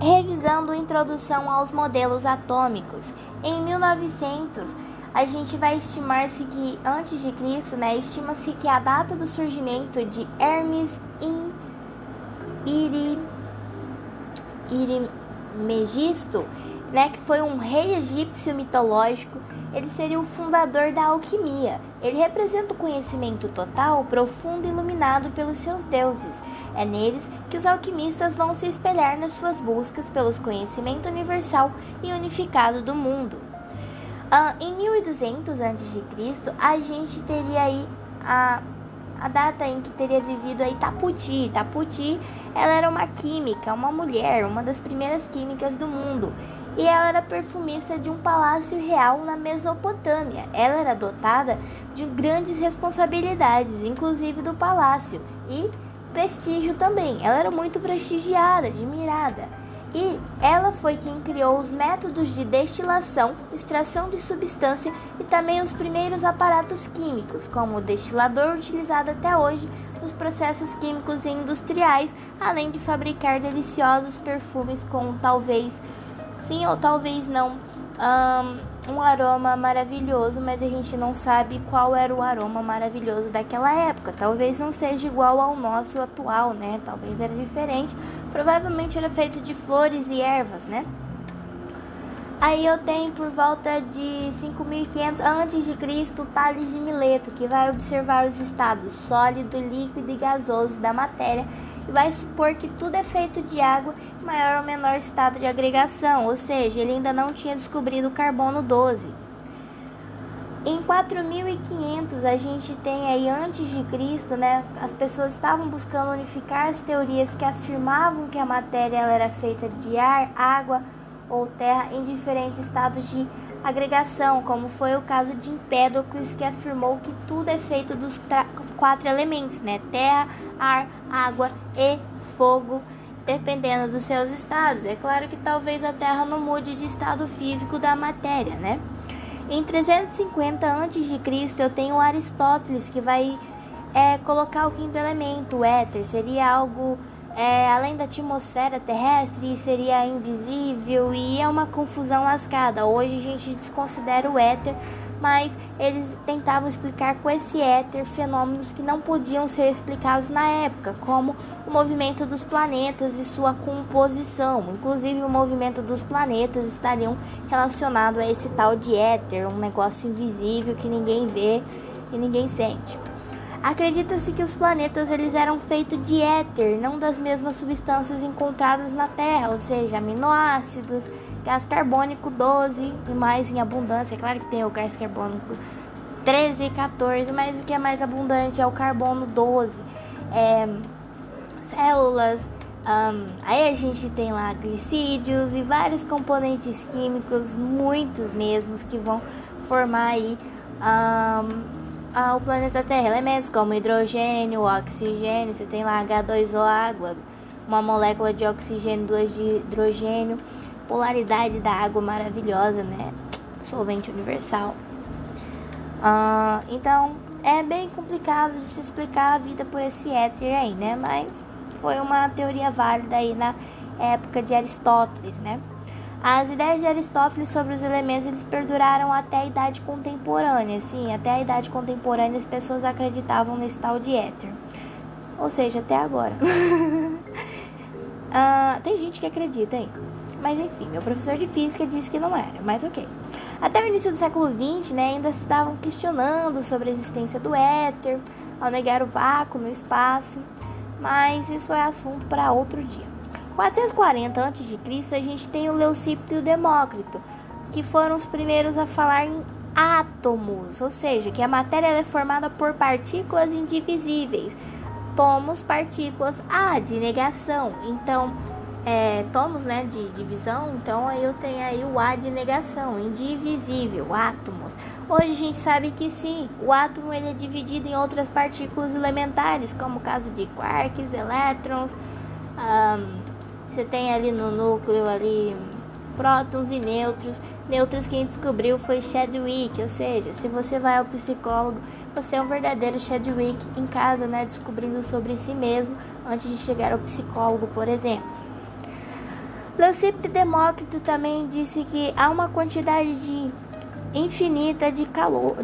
Revisando introdução aos modelos atômicos. Em 1900, a gente vai estimar-se que, antes de Cristo, estima-se que a data do surgimento de Hermes Trismegisto, que foi um rei egípcio mitológico, ele seria o fundador da alquimia. Ele representa o conhecimento total, profundo e iluminado pelos seus deuses. É neles que os alquimistas vão se espelhar nas suas buscas pelo conhecimento universal e unificado do mundo. Em 1200 a.C., a gente teria aí a data em que teria vivido aí Taputi. Taputi, ela era uma química, uma mulher, uma das primeiras químicas do mundo. E ela era perfumista de um palácio real na Mesopotâmia. Ela era dotada de grandes responsabilidades, inclusive do palácio, e prestígio também. Ela era muito prestigiada, admirada. E ela foi quem criou os métodos de destilação, extração de substância e também os primeiros aparatos químicos, como o destilador utilizado até hoje nos processos químicos e industriais, além de fabricar deliciosos perfumes com talvez sim ou talvez não um aroma maravilhoso, mas a gente não sabe qual era o aroma maravilhoso daquela época. Talvez não seja igual ao nosso atual, Talvez era diferente. Provavelmente era feito de flores e ervas, Aí eu tenho por volta de 5.500 a.C. Tales de Mileto, que vai observar os estados sólido, líquido e gasoso da matéria e vai supor que tudo é feito de água em maior ou menor estado de agregação, ou seja, ele ainda não tinha descobrido o carbono 12. Em 4.500 a gente tem aí antes de Cristo, as pessoas estavam buscando unificar as teorias que afirmavam que a matéria ela era feita de ar, água ou terra em diferentes estados de agregação, como foi o caso de Empédocles, que afirmou que tudo é feito dos 4 elementos, terra, ar, água e fogo, dependendo dos seus estados. É claro que talvez a terra não mude de estado físico da matéria, Em 350 a.C. eu tenho Aristóteles, que vai colocar o quinto elemento, o éter. Seria algo além da atmosfera terrestre, seria invisível e é uma confusão lascada. Hoje a gente desconsidera o éter, mas eles tentavam explicar com esse éter fenômenos que não podiam ser explicados na época, como o movimento dos planetas e sua composição. Inclusive o movimento dos planetas estariam relacionado a esse tal de éter, um negócio invisível que ninguém vê e ninguém sente. Acredita-se que os planetas eles eram feitos de éter, não das mesmas substâncias encontradas na Terra, ou seja, aminoácidos, gás carbônico 12 e mais em abundância. É claro que tem o gás carbônico 13 e 14, mas o que é mais abundante é o carbono 12. Células, aí a gente tem lá glicídios e vários componentes químicos, muitos mesmos, que vão formar aí o planeta Terra. Elementos como hidrogênio, oxigênio, você tem lá H2O, água, uma molécula de oxigênio, 2 de hidrogênio, polaridade da água maravilhosa, solvente universal. Então é bem complicado de se explicar a vida por esse éter aí, mas foi uma teoria válida aí na época de Aristóteles, As ideias de Aristóteles sobre os elementos eles perduraram até a idade contemporânea. Sim, até a idade contemporânea as pessoas acreditavam nesse tal de éter. Ou seja, até agora. Tem gente que acredita ainda. Mas enfim, meu professor de física disse que não era, mas ok. Até o início do século XX, ainda estavam questionando sobre a existência do éter, ao negar o vácuo no espaço. Mas isso é assunto para outro dia. 440 a.C. a gente tem o Leucíptero e o Demócrito, que foram os primeiros a falar em átomos, ou seja, que a matéria é formada por partículas indivisíveis. Tomos, partículas, de negação. Então, tomos, de divisão, então aí eu tenho aí o A de negação, indivisível, átomos. Hoje a gente sabe que sim, o átomo ele é dividido em outras partículas elementares, como o caso de quarks, elétrons, você tem ali no núcleo ali prótons e nêutrons. Nêutrons quem descobriu foi Chadwick, ou seja, se você vai ao psicólogo, você é um verdadeiro Chadwick em casa, descobrindo sobre si mesmo antes de chegar ao psicólogo, por exemplo. Leucipo Demócrito também disse que há uma quantidade infinita de calor,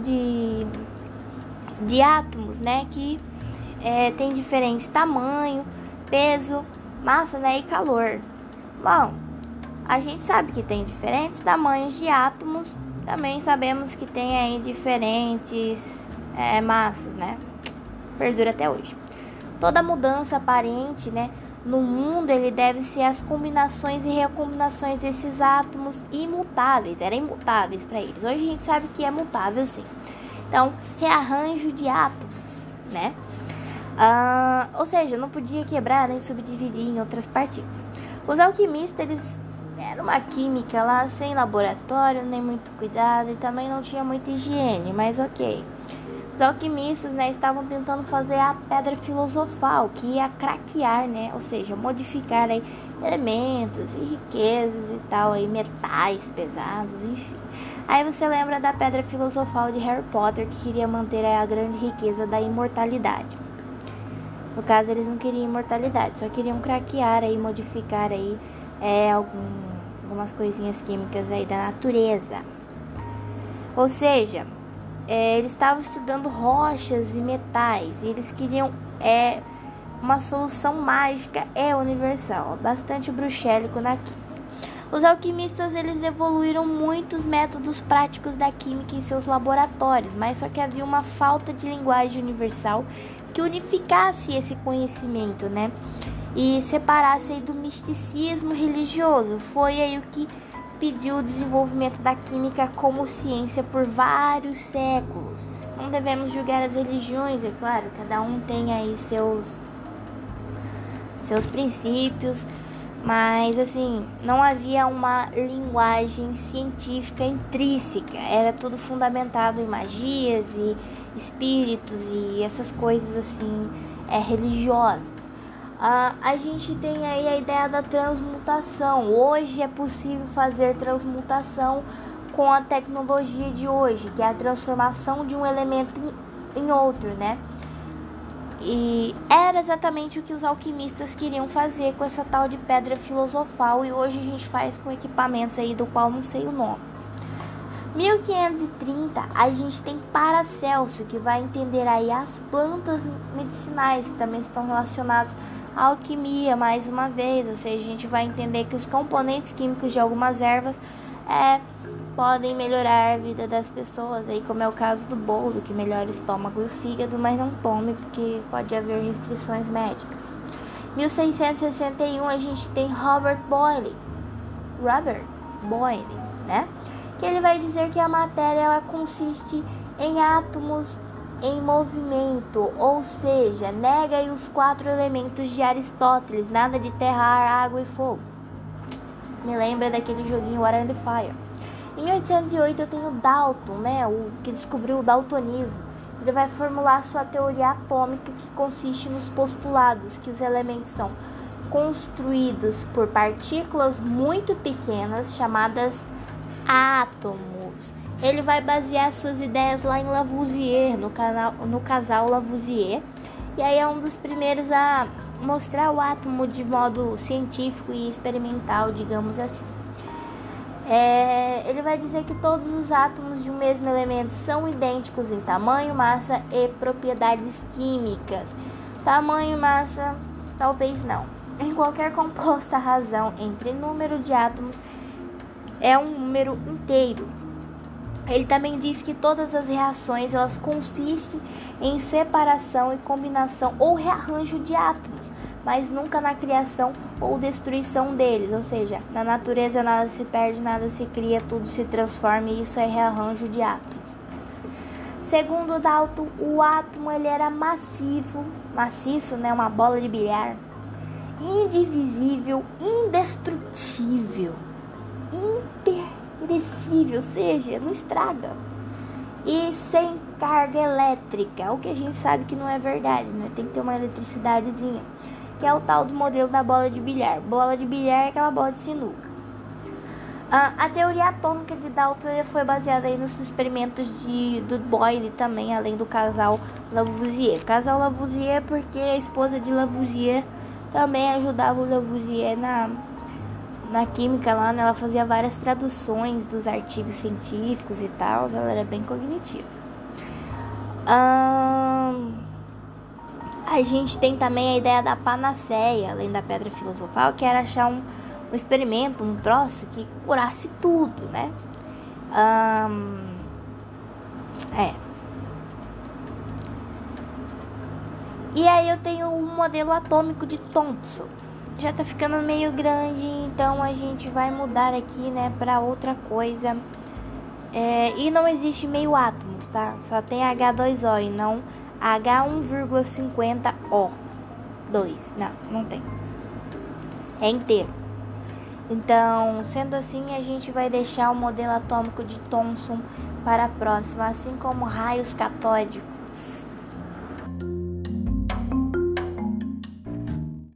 de átomos, né, que tem diferentes tamanho, peso, massa, né, e calor. Bom, a gente sabe que tem diferentes tamanhos de átomos, também sabemos que tem aí diferentes massas, né? Perdura até hoje. Toda mudança aparente, né, no mundo, ele deve-se às combinações e recombinações desses átomos imutáveis. Eram imutáveis para eles. Hoje a gente sabe que é mutável, sim. Então, rearranjo de átomos, né? Ou seja, não podia quebrar nem subdividir em outras partículas. Os alquimistas, eles eram uma química lá sem laboratório, nem muito cuidado, e também não tinha muita higiene, mas ok. Os alquimistas, né, estavam tentando fazer a pedra filosofal, que ia craquear, né, ou seja, modificar aí elementos e riquezas e tal, aí metais pesados, enfim. Aí você lembra da pedra filosofal de Harry Potter, que queria manter a grande riqueza da imortalidade. No caso, eles não queriam imortalidade, só queriam craquear aí, modificar aí algumas coisinhas químicas aí da natureza. Ou seja, eles estavam estudando rochas e metais, e eles queriam uma solução mágica universal, bastante bruxélico na química. Os alquimistas, eles evoluíram muitos métodos práticos da química em seus laboratórios, mas só que havia uma falta de linguagem universal que unificasse esse conhecimento, né? E separasse aí do misticismo religioso. Foi aí o que pediu o desenvolvimento da química como ciência por vários séculos. Não devemos julgar as religiões, é claro, cada um tem aí seus princípios, mas assim, não havia uma linguagem científica intrínseca, era tudo fundamentado em magias e espíritos e essas coisas assim religiosas. A gente tem aí a ideia da transmutação. Hoje é possível fazer transmutação com a tecnologia de hoje, que é a transformação de um elemento em outro, né? E era exatamente o que os alquimistas queriam fazer com essa tal de pedra filosofal, e hoje a gente faz com equipamentos aí do qual não sei o nome. 1530, a gente tem Paracelso, que vai entender aí as plantas medicinais, que também estão relacionadas à alquimia, mais uma vez. Ou seja, a gente vai entender que os componentes químicos de algumas ervas podem melhorar a vida das pessoas, aí como é o caso do boldo, que melhora o estômago e o fígado, mas não tome porque pode haver restrições médicas. 1661, a gente tem Robert Boyle, né? Que ele vai dizer que a matéria, ela consiste em átomos em movimento, ou seja, nega aí os 4 elementos de Aristóteles, nada de terra, ar, água e fogo. Me lembra daquele joguinho Water and Fire. Em 1808 eu tenho Dalton, né, o que descobriu o daltonismo. Ele vai formular sua teoria atômica, que consiste nos postulados que os elementos são construídos por partículas muito pequenas, chamadas átomos. Ele vai basear suas ideias lá em Lavoisier, no casal Lavoisier, e aí é um dos primeiros a mostrar o átomo de modo científico e experimental, digamos assim. Ele vai dizer que todos os átomos de um mesmo elemento são idênticos em tamanho, massa e propriedades químicas. Tamanho e massa, talvez não. Em qualquer composta, a razão entre número de átomos é um número inteiro. Ele também diz que todas as reações, elas consistem em separação e combinação ou rearranjo de átomos, mas nunca na criação ou destruição deles. Ou seja, na natureza nada se perde, nada se cria, tudo se transforma, e isso é rearranjo de átomos. Segundo Dalton, o átomo, ele era maciço, né, uma bola de bilhar, indivisível, indestrutível, imperecível, ou seja, não estraga, e sem carga elétrica, o que a gente sabe que não é verdade, né? Tem que ter uma eletricidadezinha, que é o tal do modelo da bola de bilhar. Bola de bilhar é aquela bola de sinuca. A teoria atômica de Dalton foi baseada aí nos experimentos do Boyle também, além do casal Lavoisier. Casal Lavoisier porque a esposa de Lavoisier também ajudava o Lavoisier na química lá, né, ela fazia várias traduções dos artigos científicos e tal, ela era bem cognitiva. A gente tem também a ideia da panaceia, além da pedra filosofal, que era achar um experimento, um troço que curasse tudo, né? E aí eu tenho um modelo atômico de Thomson. Já tá ficando meio grande, então a gente vai mudar aqui, né, pra outra coisa. E não existe meio átomos, tá? Só tem H2O e não H1,50O2. Não tem. É inteiro. Então, sendo assim, a gente vai deixar o modelo atômico de Thomson para a próxima, assim como raios catódicos.